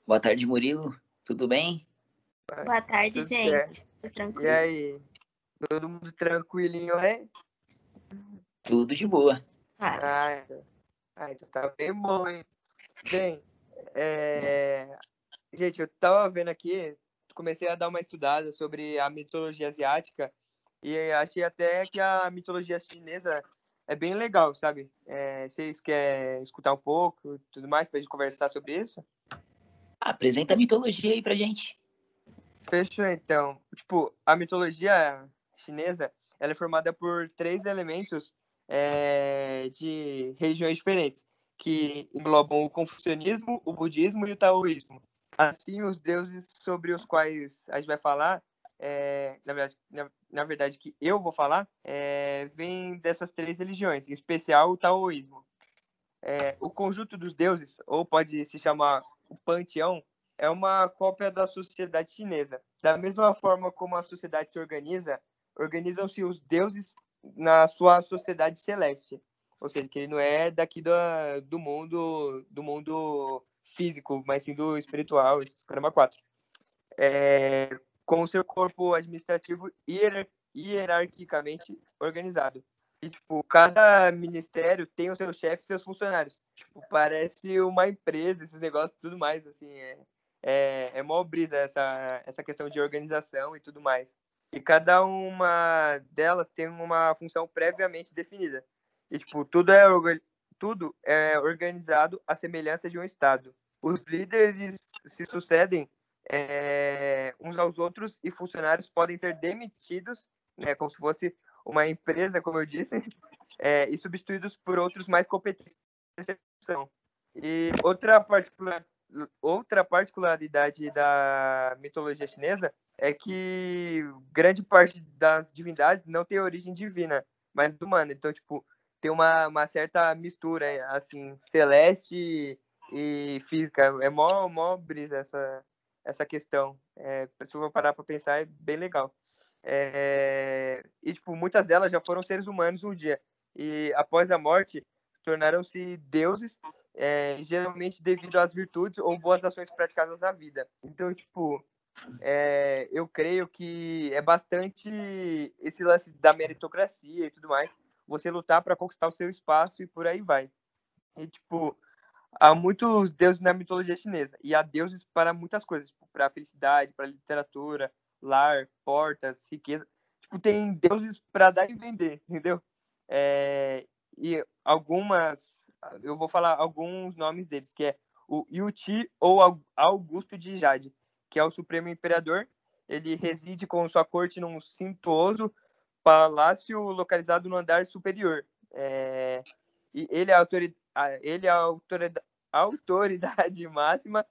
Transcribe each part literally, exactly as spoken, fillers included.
Boa tarde, Murilo. Tudo bem? Boa tarde, Tudo gente. certo. Tudo E tranquilo? aí? Todo mundo tranquilinho, é? Tudo de boa. Claro. Ah, então ah, então tá bem bom, hein? Bem, é... gente, eu tava vendo aqui, comecei a dar uma estudada sobre a mitologia asiática e achei até que a mitologia chinesa é bem legal, sabe? É, vocês querem escutar um pouco e tudo mais pra gente conversar sobre isso? Apresenta a mitologia aí pra gente. Fechou, então. Tipo, a mitologia chinesa, ela é formada por três elementos é, de religiões diferentes, que englobam o confucionismo, o budismo e o taoísmo. Assim, os deuses sobre os quais a gente vai falar, é, na verdade, na, na verdade, que eu vou falar, é, vem dessas três religiões, em especial o taoísmo. É, o conjunto dos deuses, ou pode se chamar o panteão, é uma cópia da sociedade chinesa. Da mesma forma como a sociedade se organiza, organizam-se os deuses na sua sociedade celeste. Ou seja, que ele não é daqui do, do mundo do mundo físico, mas sim do espiritual, esse caramba quatro. É, com o seu corpo administrativo hierar, hierarquicamente organizado. E, tipo, cada ministério tem o seu chefe e seus funcionários. Tipo, parece uma empresa, esses negócios e tudo mais, assim, é, é, é mó brisa essa, essa questão de organização e tudo mais. E cada uma delas tem uma função previamente definida. E, tipo, tudo é, tudo é organizado à semelhança de um Estado. Os líderes se sucedem é, uns aos outros e funcionários podem ser demitidos, né, como se fosse uma empresa, como eu disse, é, e substituídos por outros mais competentes. E outra, particular, outra particularidade da mitologia chinesa é que grande parte das divindades não tem origem divina, mas humana. Então, tipo, tem uma, uma certa mistura, assim, celeste e física. É mó, mó brisa essa, essa questão. É, se eu for parar para pensar, é bem legal. É, e, tipo, muitas delas já foram seres humanos um dia. E, após a morte, tornaram-se deuses, é, geralmente devido às virtudes ou boas ações praticadas na vida. Então, tipo, é, eu creio que é bastante esse lance da meritocracia e tudo mais, você lutar para conquistar o seu espaço e por aí vai. E, tipo, há muitos deuses na mitologia chinesa, e há deuses para muitas coisas, tipo, para a felicidade, para a literatura, lar, portas, riqueza. Tipo, tem deuses para dar e vender, entendeu? É, e algumas, eu vou falar alguns nomes deles, que é o Yuti ou Augusto de Jade, que é o Supremo Imperador. Ele reside com sua corte num suntuoso palácio localizado no andar superior. É, e ele é a autoridade, ele é a autoridade, autoridade máxima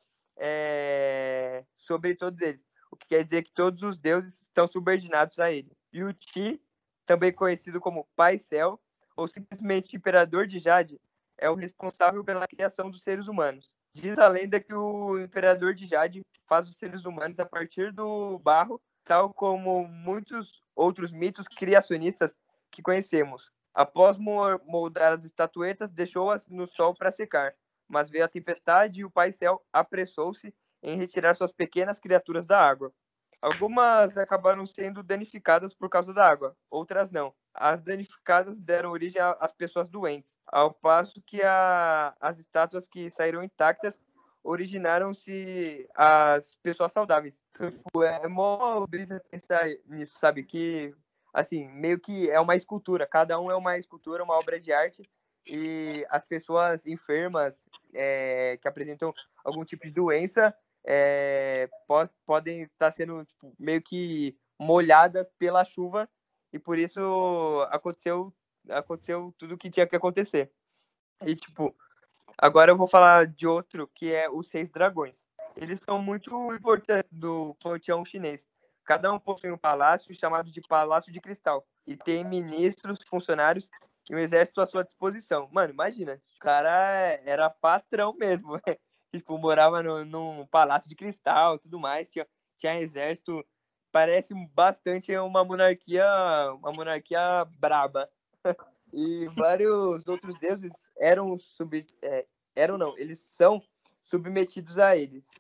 é, sobre todos eles, o que quer dizer que todos os deuses estão subordinados a ele. E o Ti, também conhecido como Pai Céu, ou simplesmente Imperador de Jade, é o responsável pela criação dos seres humanos. Diz a lenda que o Imperador de Jade faz os seres humanos a partir do barro, tal como muitos outros mitos criacionistas que conhecemos. Após moldar as estatuetas, deixou-as no sol para secar. Mas veio a tempestade e o Pai Céu apressou-se em retirar suas pequenas criaturas da água. Algumas acabaram sendo danificadas por causa da água, outras não. As danificadas deram origem às pessoas doentes, ao passo que a, as estátuas que saíram intactas originaram-se as pessoas saudáveis. Tipo, é mó brisa pensar nisso, sabe? Que, assim, meio que é uma escultura. Cada um é uma escultura, uma obra de arte. E as pessoas enfermas é, que apresentam algum tipo de doença é, pode, podem estar sendo tipo, meio que molhadas pela chuva e por isso aconteceu, aconteceu tudo o que tinha que acontecer. E, tipo, agora eu vou falar de outro, que é os Seis Dragões. Eles são muito importantes do panteão chinês. Cada um possui um palácio chamado de Palácio de Cristal. E tem ministros, funcionários e um exército à sua disposição. Mano, imagina, o cara era patrão mesmo. Tipo, morava no, num palácio de cristal e tudo mais. Tinha, tinha exército. Parece bastante uma monarquia, uma monarquia braba. E vários outros deuses eram sub, é, eram não, eles são submetidos a eles.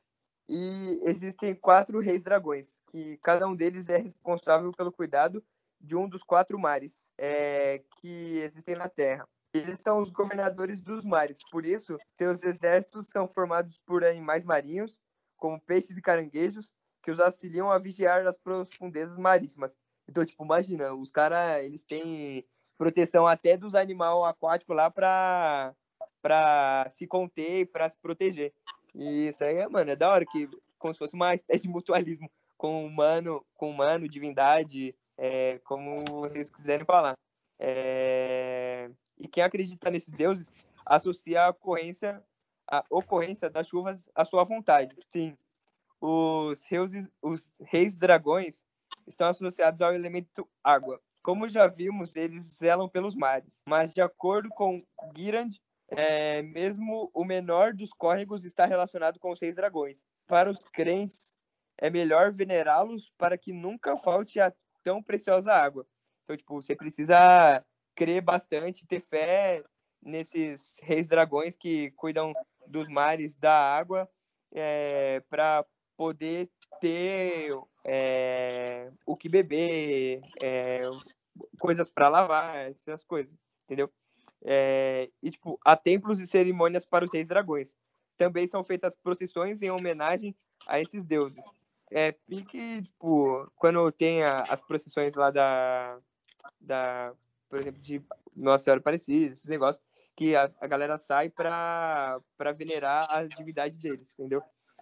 E existem quatro reis dragões, que cada um deles é responsável pelo cuidado de um dos quatro mares é, que existem na Terra. Eles são os governadores dos mares, por isso, seus exércitos são formados por animais marinhos, como peixes e caranguejos, que os auxiliam a vigiar as profundezas marítimas. Então, tipo, imagina, os caras, eles têm proteção até dos animais aquáticos lá para para se conter e para se proteger. E isso aí, mano, é da hora, que como se fosse uma espécie de mutualismo com humano, com humano, divindade, é, como vocês quiserem falar. É... E quem acredita nesses deuses associa a ocorrência, a ocorrência das chuvas à sua vontade. Sim, os reis, os reis dragões estão associados ao elemento água. Como já vimos, eles zelam pelos mares. Mas, de acordo com Girand, é, mesmo o menor dos córregos está relacionado com os reis dragões. Para os crentes, é melhor venerá-los para que nunca falte a tão preciosa água. Então, tipo, você precisa crer bastante, ter fé nesses reis dragões que cuidam dos mares, da água, é, para poder ter é, o que beber, é, coisas para lavar, essas coisas, entendeu? É, e, tipo, há templos e cerimônias para os reis dragões. Também são feitas procissões em homenagem a esses deuses. É pique, tipo, quando tem a, as procissões lá da, da, por exemplo, de Nossa Senhora Aparecida, esses negócios, que a, a galera sai para venerar as divindades deles, entendeu?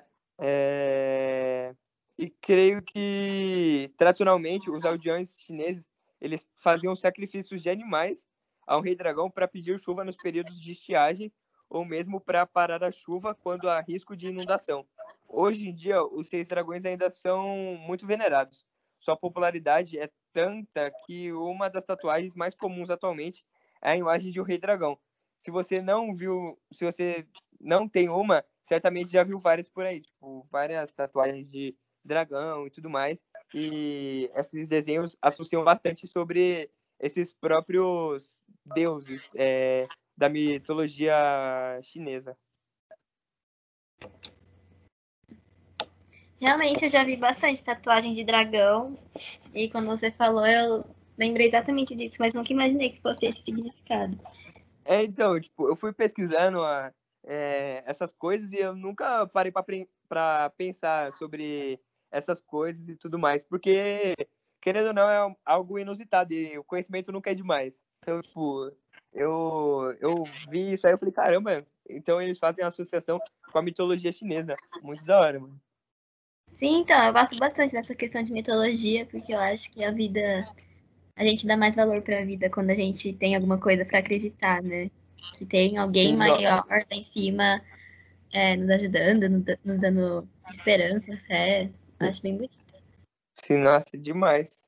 É... E creio que, tradicionalmente, os aldeões chineses eles faziam sacrifícios de animais ao rei dragão para pedir chuva nos períodos de estiagem ou mesmo para parar a chuva quando há risco de inundação. Hoje em dia, os reis dragões ainda são muito venerados. Sua popularidade é tanta que uma das tatuagens mais comuns atualmente é a imagem de um rei dragão. Se você não viu, se você não tem uma, certamente já viu várias por aí, tipo, várias tatuagens de dragão e tudo mais. E esses desenhos associam bastante sobre esses próprios deuses é, da mitologia chinesa. Realmente, eu já vi bastante tatuagem de dragão. E quando você falou, eu lembrei exatamente disso, mas nunca imaginei que fosse esse significado. É, então, tipo, eu fui pesquisando a, é, essas coisas e eu nunca parei para pensar sobre essas coisas e tudo mais, porque, querendo ou não, é algo inusitado e o conhecimento nunca é demais. Então, tipo, eu, eu vi isso aí e falei, caramba, então eles fazem associação com a mitologia chinesa. Muito da hora, mano. Sim, então, eu gosto bastante dessa questão de mitologia, porque eu acho que a vida, a gente dá mais valor para a vida quando a gente tem alguma coisa para acreditar, né? Que tem alguém Sim, maior lá em cima é, nos ajudando, nos dando esperança, fé. Acho bem bonito. sim, nossa, demais.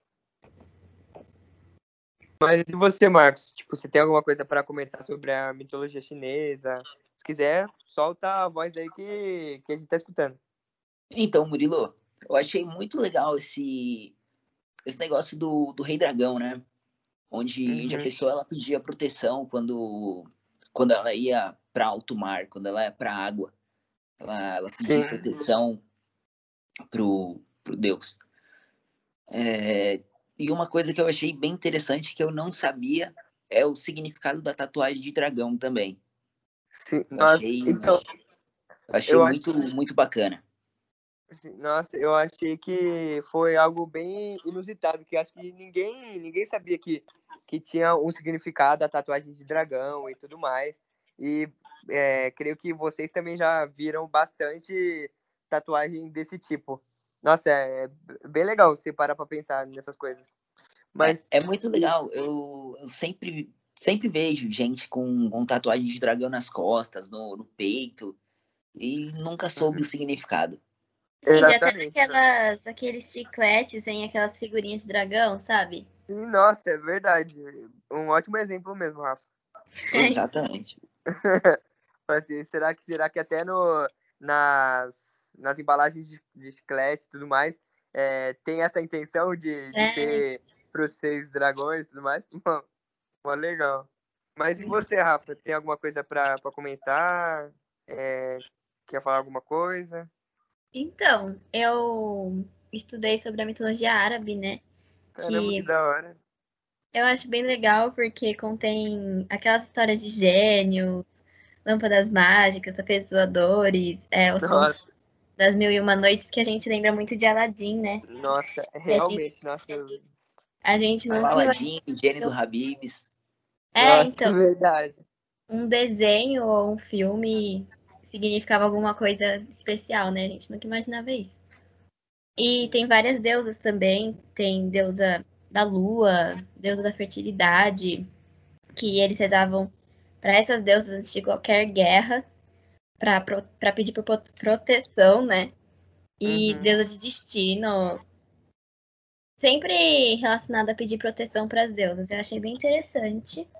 Mas e você, Marcos? Tipo, você tem alguma coisa para comentar sobre a mitologia chinesa? Se quiser, solta a voz aí que, que a gente tá escutando. Então, Murilo, eu achei muito legal esse, esse negócio do, do Rei Dragão, né? Onde, onde a Uhum. pessoa ela pedia proteção quando, quando ela ia para alto mar, quando ela ia para água. Ela, ela pedia Sim. proteção pro, pro Deus. É, e uma coisa que eu achei bem interessante que eu não sabia é o significado da tatuagem de dragão também. Sim. Eu Nossa, achei, então, achei eu acho, muito, muito bacana. nossa, eu achei que foi algo bem inusitado, que acho que ninguém, ninguém sabia que, que tinha um significado a tatuagem de dragão e tudo mais. E é, creio que vocês também já viram bastante tatuagem desse tipo. Nossa, é bem legal você parar pra pensar nessas coisas. É, Mas, é muito e, legal. Eu, eu sempre, sempre vejo gente com, com tatuagem de dragão nas costas, no, no peito, e nunca soube o significado. Gente, até exatamente. naquelas, aqueles chicletes, vem aquelas figurinhas de dragão, sabe? Sim, nossa, é verdade. Um ótimo exemplo mesmo, Rafa. Exatamente. Assim, será que será que até no, nas, nas embalagens de, de chiclete e tudo mais é, tem essa intenção de, de É, ser para os seis dragões e tudo mais? Bom, bom, legal. Mas e você, Rafa? Tem alguma coisa para comentar? É, quer falar alguma coisa? Então, eu estudei sobre a mitologia árabe, né? Caramba, que Que da hora. eu acho bem legal porque contém aquelas histórias de gênios, lâmpadas mágicas, tapetes voadores, é, os contos Nossa, das Mil e Uma Noites que a gente lembra muito de Aladdin, né? nossa, E a gente, realmente, nossa, eu- a gente O nunca Aladdin, o gênio do imaginou. Habib's. É, nossa, então, verdade. um desenho ou um filme significava alguma coisa especial, né? A gente nunca imaginava isso. E tem várias deusas também. Tem deusa da lua, deusa da fertilidade, que eles rezavam para essas deusas antes de qualquer guerra, para para pedir por pro- proteção, né? E Uhum. deusa de destino, sempre relacionada a pedir proteção para as deusas. Eu achei bem interessante.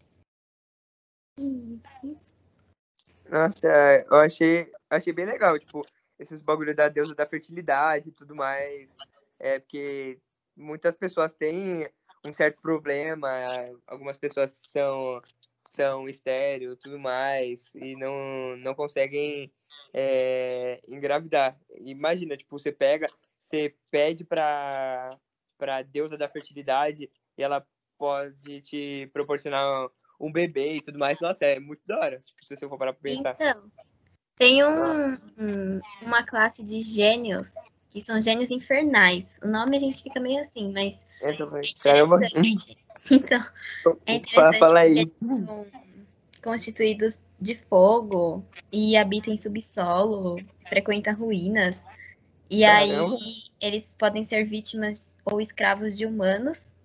Nossa, eu achei, achei bem legal, tipo, esses bagulho da deusa da fertilidade e tudo mais. É porque muitas pessoas têm um certo problema, algumas pessoas são, são estéril e tudo mais, e não, não conseguem é, engravidar. Imagina, tipo, você pega, você pede pra, pra deusa da fertilidade e ela pode te proporcionar um bebê e tudo mais. Nossa, é muito da hora, tipo, se você for parar pra pensar. Então, tem Nossa, um, um- uma classe de gênios que são gênios infernais. O nome a gente fica meio assim, mas então, é caramba, interessante. Então, é fala, interessante fala porque aí. eles são constituídos de fogo e habitam em subsolo, frequentam ruínas. E aí Caramba. eles podem ser vítimas ou escravos de humanos.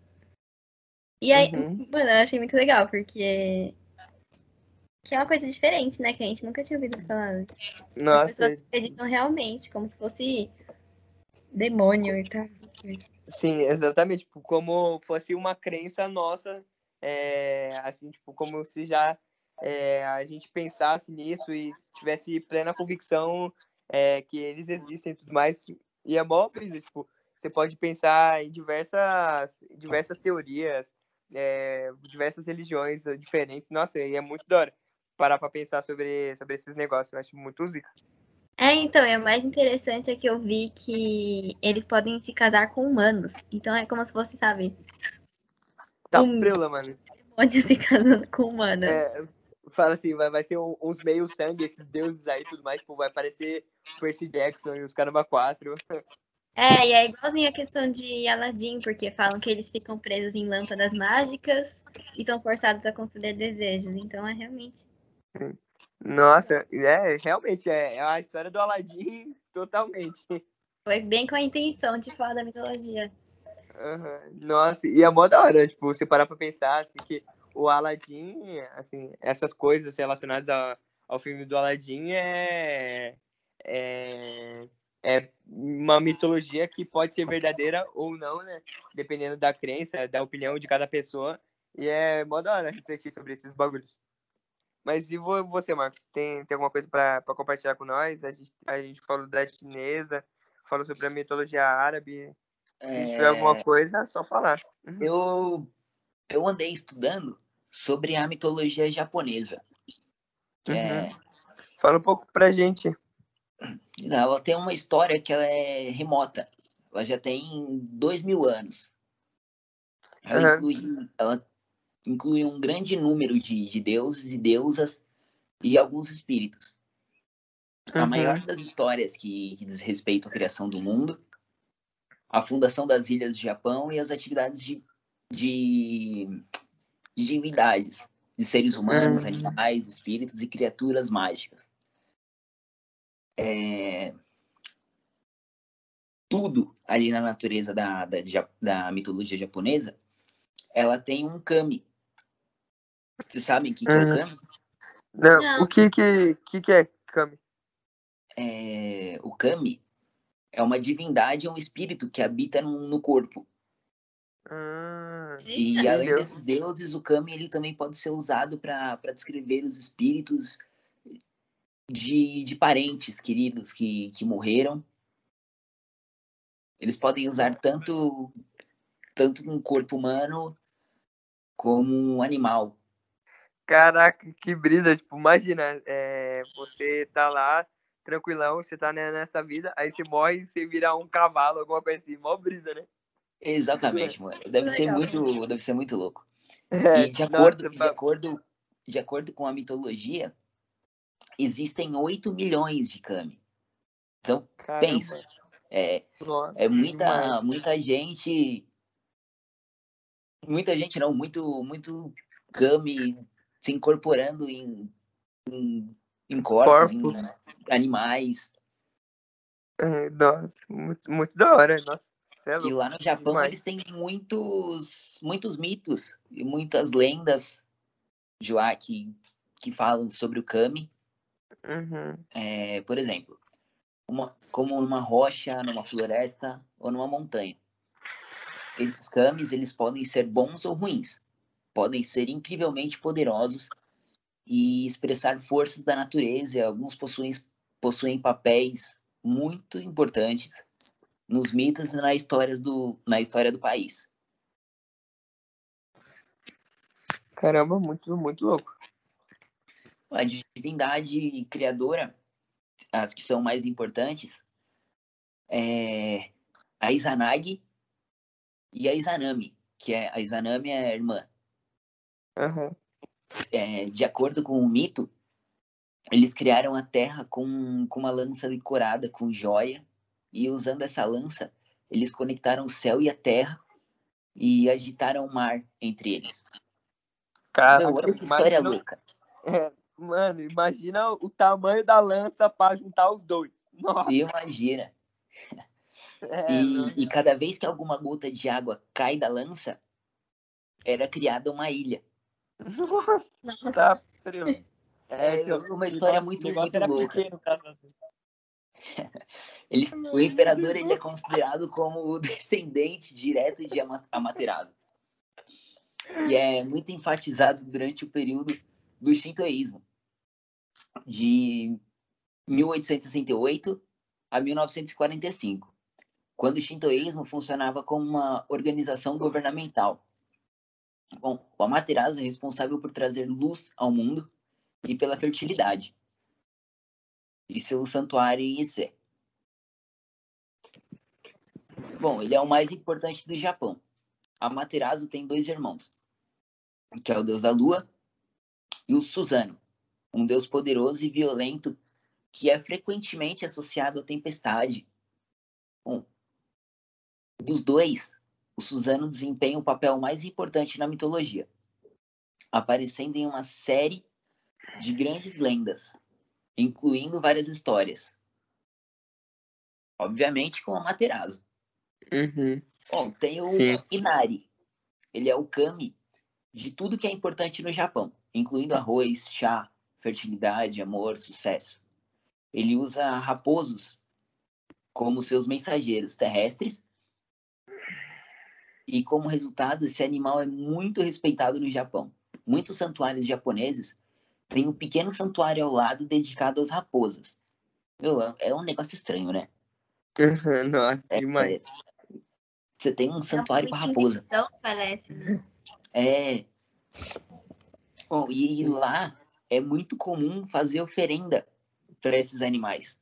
E aí, Uhum. mano, eu achei muito legal, porque que é uma coisa diferente, né? Que a gente nunca tinha ouvido falar antes. As Nossa, pessoas acreditam realmente, como se fosse demônio e tal. sim, exatamente, tipo, como fosse uma crença nossa, é, assim, tipo, como se já é, a gente pensasse nisso e tivesse plena convicção é, que eles existem e tudo mais. E é mó brisa, tipo, você pode pensar em diversas, diversas teorias, é, diversas religiões diferentes. Nossa, e é muito da hora parar pra pensar sobre, sobre esses negócios. Eu acho muito zica. É, então, e o mais interessante é que eu vi que eles podem se casar com humanos. Então é como se fosse, sabe, Tá um preula, mano. demônio se casando com humana. É, fala assim, vai, vai ser um- uns meio sangue, esses deuses aí e tudo mais, tipo, vai parecer Percy Jackson e os Caramba quatro. É, e é igualzinho a questão de Aladdin, porque falam que eles ficam presos em lâmpadas mágicas e são forçados a conceder desejos. Então é realmente. Nossa, é, realmente, é, é a história do Aladdin totalmente. Foi bem com a intenção de falar da mitologia. Aham. Nossa, e é mó da hora, tipo, você parar pra pensar, assim, que o Aladdin, assim, essas coisas relacionadas ao, ao filme do Aladdin é, é, é uma mitologia que pode ser verdadeira ou não, né? Dependendo da crença, da opinião de cada pessoa. E é mó da hora refletir sobre esses bagulhos. Mas e vo- você, Marcos? Tem, tem alguma coisa pra pra compartilhar com nós? A gente, a gente falou da chinesa, falou sobre a mitologia árabe. Se tiver alguma É, coisa, é só falar. Uhum. eu, eu andei estudando sobre a mitologia japonesa, que Uhum. é, Fala um pouco pra gente. ela tem uma história que ela é remota. Ela já tem dois mil anos. Ela Uhum. inclui, ela inclui um grande número de, de deuses e deusas e alguns espíritos. A Uhum. maior das histórias que, que diz respeito à criação do mundo, a fundação das ilhas do Japão e as atividades de, de, de divindades, de seres humanos, Uhum. animais, espíritos e criaturas mágicas. É, tudo ali na natureza da, da, da mitologia japonesa, ela tem um kami. Vocês sabem o que, que é o Uhum. kami? Não, o Não, que que, que, que é, Cami? É, o kami é uma divindade, é um espírito que habita no, no corpo. Hum, eita. E além entendeu? desses deuses, o kami ele também pode ser usado para descrever os espíritos de, de parentes queridos que, que morreram. Eles podem usar tanto, tanto um corpo humano como um animal. Caraca, que brisa. Tipo, imagina, é, você tá lá tranquilão, você tá né, nessa vida, aí você morre e você vira um cavalo, alguma coisa assim, mó brisa, né? Exatamente, mano. Deve ser Legal. muito, deve ser muito louco. É, E de acordo, nossa, de pa- acordo, de acordo com a mitologia, existem oito milhões de Kami. Então, pensa, caramba, é, nossa, é muita, demais. muita gente, muita gente não, muito, muito Kami se incorporando em, em corpos, em Corpos, animais. é, nossa, muito, muito da hora, nossa, você é E louco, lá no Japão demais. eles têm muitos, muitos mitos e muitas lendas de lá que, que falam sobre o Kami. Uhum. É, por exemplo, uma, como numa rocha, numa floresta ou numa montanha. Esses Kamis eles podem ser bons ou ruins, podem ser incrivelmente poderosos e expressar forças da natureza. Alguns possuem, possuem papéis muito importantes nos mitos e na história do, na história do país. Caramba, muito, muito louco. A divindade criadora, as que são mais importantes, é a Izanagi e a Izanami, que é a Izanami é a irmã. Uhum. É, de acordo com o mito, eles criaram a terra com, com uma lança decorada com joia, e usando essa lança, eles conectaram o céu e a terra e agitaram o mar entre eles. Meu, Caraca, olha que história imagina, louca. é, mano, imagina o tamanho da lança pra juntar os dois. Nossa, Imagina. é, E, nossa, e cada vez que alguma gota de água cai da lança, era criada uma ilha. nossa, Nossa. tá frio. É, É então, uma o história negócio, o muito, negócio muito era louca. pequeno pra fazer. Eles, o imperador ele é considerado como o descendente direto de Ama- Amaterasu. E é muito enfatizado durante o período do shintoísmo, de mil oitocentos e sessenta e oito a mil novecentos e quarenta e cinco, quando o shintoísmo funcionava como uma organização governamental. Bom, o Amaterasu é responsável por trazer luz ao mundo e pela fertilidade. E seu santuário em Ise. Bom, ele é o mais importante do Japão. Amaterasu tem dois irmãos, que é o deus da lua e o Suzano, um deus poderoso e violento que é frequentemente associado à tempestade. Bom, dos dois, o Suzano desempenha o papel mais importante na mitologia, aparecendo em uma série de grandes lendas, incluindo várias histórias. Obviamente com a Amaterasu. Uhum. Bom, tem o Sim. Inari. Ele é o kami de tudo que é importante no Japão, incluindo arroz, chá, fertilidade, amor, sucesso. Ele usa raposos como seus mensageiros terrestres e, como resultado, esse animal é muito respeitado no Japão. Muitos santuários japoneses têm um pequeno santuário ao lado dedicado às raposas. Meu, é um negócio estranho, né? Uhum. Nossa, É, é, demais. você tem um É santuário para muita raposa. invenção, parece, né? É. Bom, e Sim. lá é muito comum fazer oferenda para esses animais.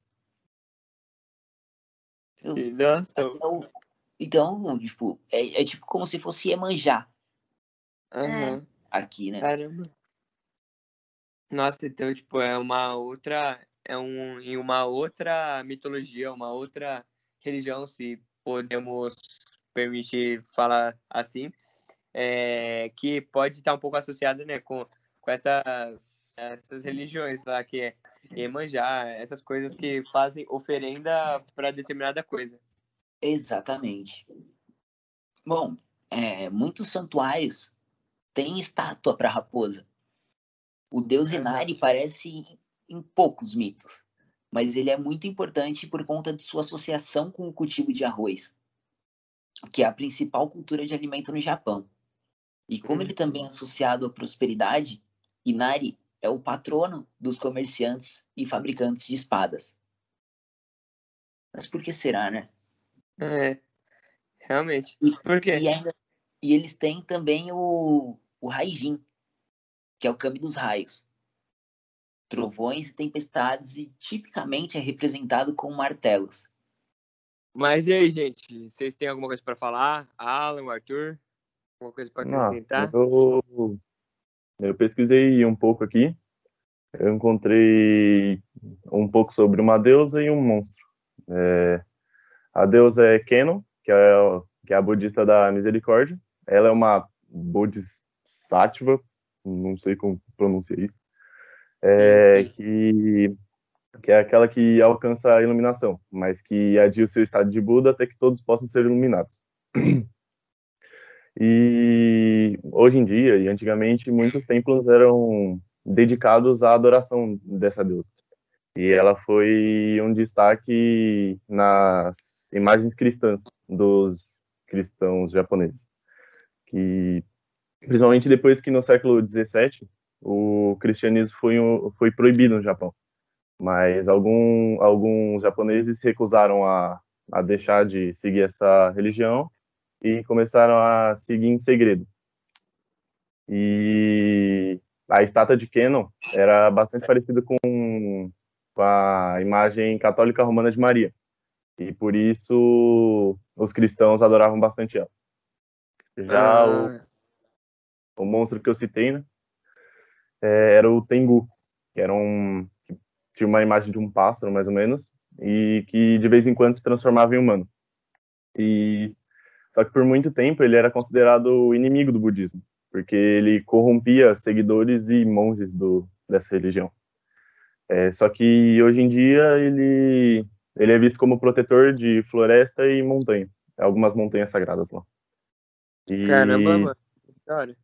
Eu, Sim. Nossa. então, então, tipo, é, é tipo como se fosse Iemanjá É. Aham. aqui, né? Caramba. Nossa, então, tipo, é uma outra, é um, em uma outra mitologia, uma outra religião, se podemos permitir falar assim, é, que pode estar um pouco associada, né, com, com essas, essas religiões lá, que é Iemanjá, essas coisas que fazem oferenda para determinada coisa. Exatamente. Bom, é, muitos santuários têm estátua para raposa. O deus Aham. Inari parece em, em poucos mitos, mas ele é muito importante por conta de sua associação com o cultivo de arroz, que é a principal cultura de alimento no Japão. E como ele também é associado à prosperidade, Inari é o patrono dos comerciantes e fabricantes de espadas. Mas por que será, né? É, realmente. E, Por e, quê? ainda, e eles têm também o, o Raijin, que é o Kami dos Raios. trovões e tempestades e tipicamente é representado com martelos. Mas e aí, gente? Vocês têm alguma coisa para falar? Alan, Arthur? Alguma coisa para acrescentar? Eu, eu pesquisei um pouco aqui. Eu encontrei um pouco sobre uma deusa e um monstro. É, a deusa é Kenon, que é, que é a budista da misericórdia. Ela é uma bodhisattva, não sei como pronunciar isso, é, sim, sim. Que, que é aquela que alcança a iluminação, mas que adia o seu estado de Buda até que todos possam ser iluminados. E hoje em dia, e antigamente, muitos templos eram dedicados à adoração dessa deusa. E ela foi um destaque nas imagens cristãs dos cristãos japoneses. Que, principalmente depois que no século dezessete, o cristianismo foi, foi proibido no Japão. Mas algum, alguns japoneses se recusaram a, a deixar de seguir essa religião e começaram a seguir em segredo. E a estátua de Kenon era bastante parecida com, com a imagem católica romana de Maria. E por isso os cristãos adoravam bastante ela. Já ah. o, o monstro que eu citei, né, é, era o Tengu, que era um, que tinha uma imagem de um pássaro, mais ou menos, e que de vez em quando se transformava em humano. E só que por muito tempo ele era considerado o inimigo do budismo, porque ele corrompia seguidores e monges do, dessa religião. É, só que hoje em dia ele, ele é visto como protetor de floresta e montanha, algumas montanhas sagradas lá. E, Caramba, mano. Cara.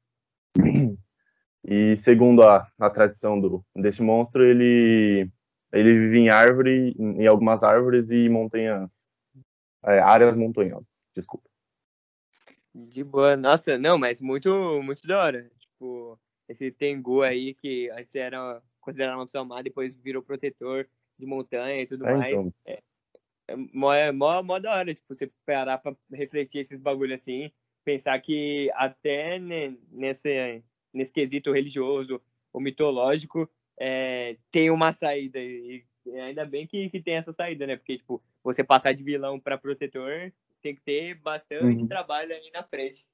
E segundo a, a tradição do, deste monstro, ele, ele vive em árvore, em algumas árvores e montanhas, é, áreas montanhosas, desculpa. De boa, nossa, não, mas muito, muito da hora. Tipo, esse Tengu aí, que antes era considerado uma pessoa má, depois virou protetor de montanha e tudo é, mais. Então. É, é, mó, é mó, mó da hora, tipo, você parar pra refletir esses bagulho assim, pensar que até né, nesse, nesse quesito religioso ou mitológico, é, tem uma saída. E ainda bem que, que tem essa saída, né? Porque, tipo, você passar de vilão pra protetor tem que ter bastante uhum. trabalho aí na frente.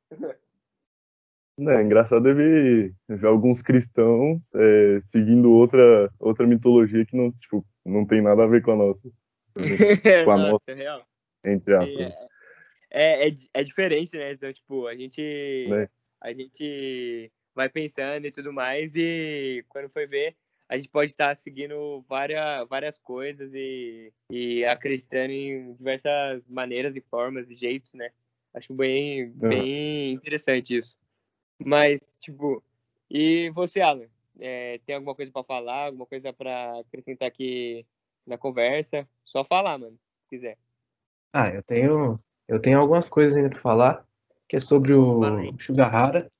É engraçado é ver, ver alguns cristãos é, seguindo outra, outra mitologia que não, tipo, não tem nada a ver com a nossa. Com a nossa, nossa, é real. entre aspas. É, é, é, é diferente, né? Então, tipo, a gente, é. a gente vai pensando e tudo mais e quando foi ver, a gente pode estar seguindo várias, várias coisas e, e acreditando em diversas maneiras e formas e jeitos, né? Acho bem, uhum. bem interessante isso. Mas, tipo, e você, Alan? É, tem alguma coisa para falar? Alguma coisa para acrescentar aqui na conversa? Só falar, mano, se quiser. Ah, eu tenho, eu tenho algumas coisas ainda para falar, que é sobre o Sugahara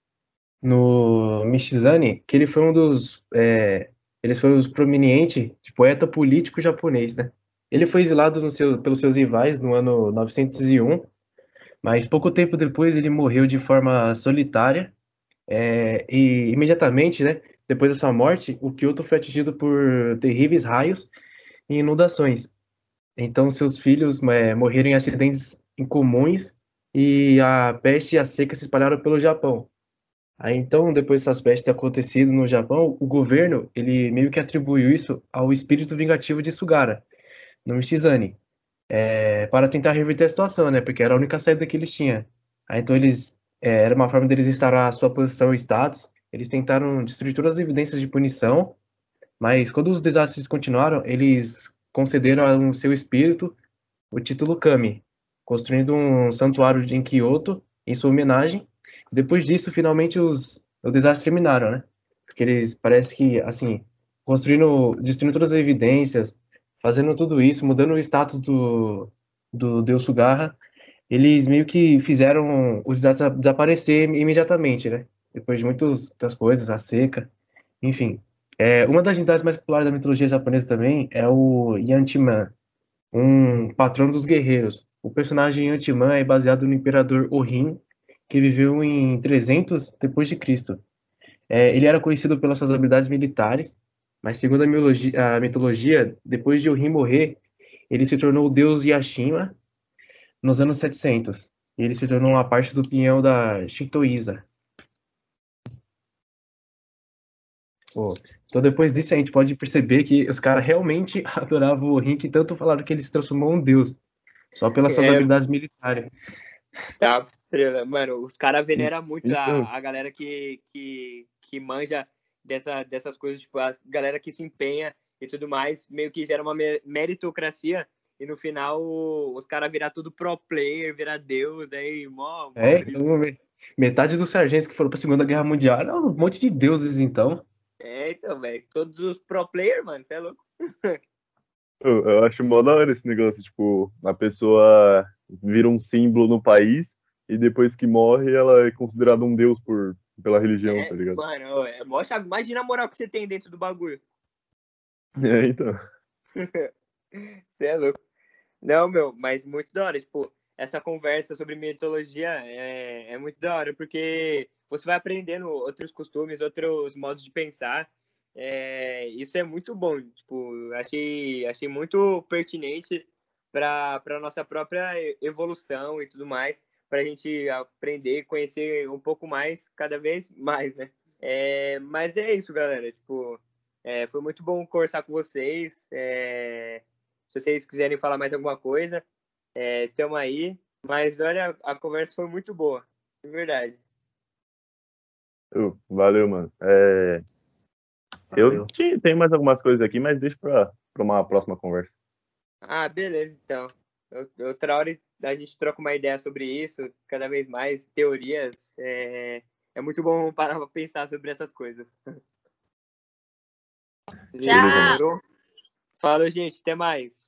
no Michizane, que ele foi um dos... É, ele foi um prominente de poeta político japonês, né? Ele foi exilado no seu, pelos seus rivais no ano novecentos e um, mas pouco tempo depois ele morreu de forma solitária, é, e imediatamente, né, depois da sua morte, o Kyoto foi atingido por terríveis raios e inundações. Então seus filhos é, morreram em acidentes incomuns e a peste e a seca se espalharam pelo Japão. Aí então, depois dessas pestes ter acontecido no Japão, o governo, ele meio que atribuiu isso ao espírito vingativo de Sugara, no Michizane, é, para tentar reverter a situação, né, porque era a única saída que eles tinham. Aí então eles, é, era uma forma deles instaurar a sua posição e status, eles tentaram destruir todas as evidências de punição, mas quando os desastres continuaram, eles concederam ao seu espírito o título Kami, construindo um santuário em Kyoto em sua homenagem. Depois disso, finalmente, os, os desastres terminaram, né? Porque eles, parece que, assim, construindo, destruindo todas as evidências, fazendo tudo isso, mudando o status do, do Deus Sugahara, eles meio que fizeram os desastres desaparecer imediatamente, né? Depois de muitas das coisas, a seca, enfim. É, uma das entidades mais populares da mitologia japonesa também é o Yantiman, um patrão dos guerreiros. O personagem Yantiman é baseado no imperador Ohin, que viveu em trezentos depois de Cristo. É, ele era conhecido pelas suas habilidades militares Mas segundo a mitologia, a mitologia, depois de Orin morrer, ele se tornou o deus Yashima nos anos setecentos. E ele se tornou uma parte do pinhão da Shintoísa. Pô, então depois disso a gente pode perceber que os caras realmente adoravam o Orin, que tanto falaram que ele se transformou em um deus. Só pelas suas É. habilidades militares. Tá, estrela. Mano, os caras veneram muito Então. a, a galera que, que, que manja dessa, dessas coisas, tipo, a galera que se empenha e tudo mais, meio que gera uma me- meritocracia e no final os caras virar tudo pro player, virar deus, aí mó, mó É, brisa. então, me- metade dos sargentos que foram pra Segunda Guerra Mundial eram um monte de deuses, então. É, então, velho, todos os pro player, mano, você é louco. Eu, eu acho mó da hora esse negócio, tipo, a pessoa vira um símbolo no país e depois que morre ela é considerada um deus por, pela religião, É, tá ligado? mano, é mó chave. Imagina a moral que você tem dentro do bagulho. É, então. Você é louco. Não, meu, mas muito da hora. Tipo, essa conversa sobre mitologia é, é muito da hora, porque você vai aprendendo outros costumes, outros modos de pensar. É, isso é muito bom. Tipo, achei, achei muito pertinente para a nossa própria evolução e tudo mais, para a gente aprender, conhecer um pouco mais, cada vez mais, né? É, mas é isso, galera. Tipo, é, foi muito bom conversar com vocês. É, se vocês quiserem falar mais alguma coisa, estamos é, aí. Mas olha, a conversa foi muito boa, de verdade. Eu- valeu, mano. É, eu Valeu. tinha, tenho mais algumas coisas aqui, mas deixa pra, pra uma próxima conversa. Ah, beleza, então. Eu- Outra hora a gente troca uma ideia sobre isso, cada vez mais, teorias. É, é muito bom parar para pensar sobre essas coisas. Tchau. Beleza, mano. Demorou? Falou, gente. Até mais.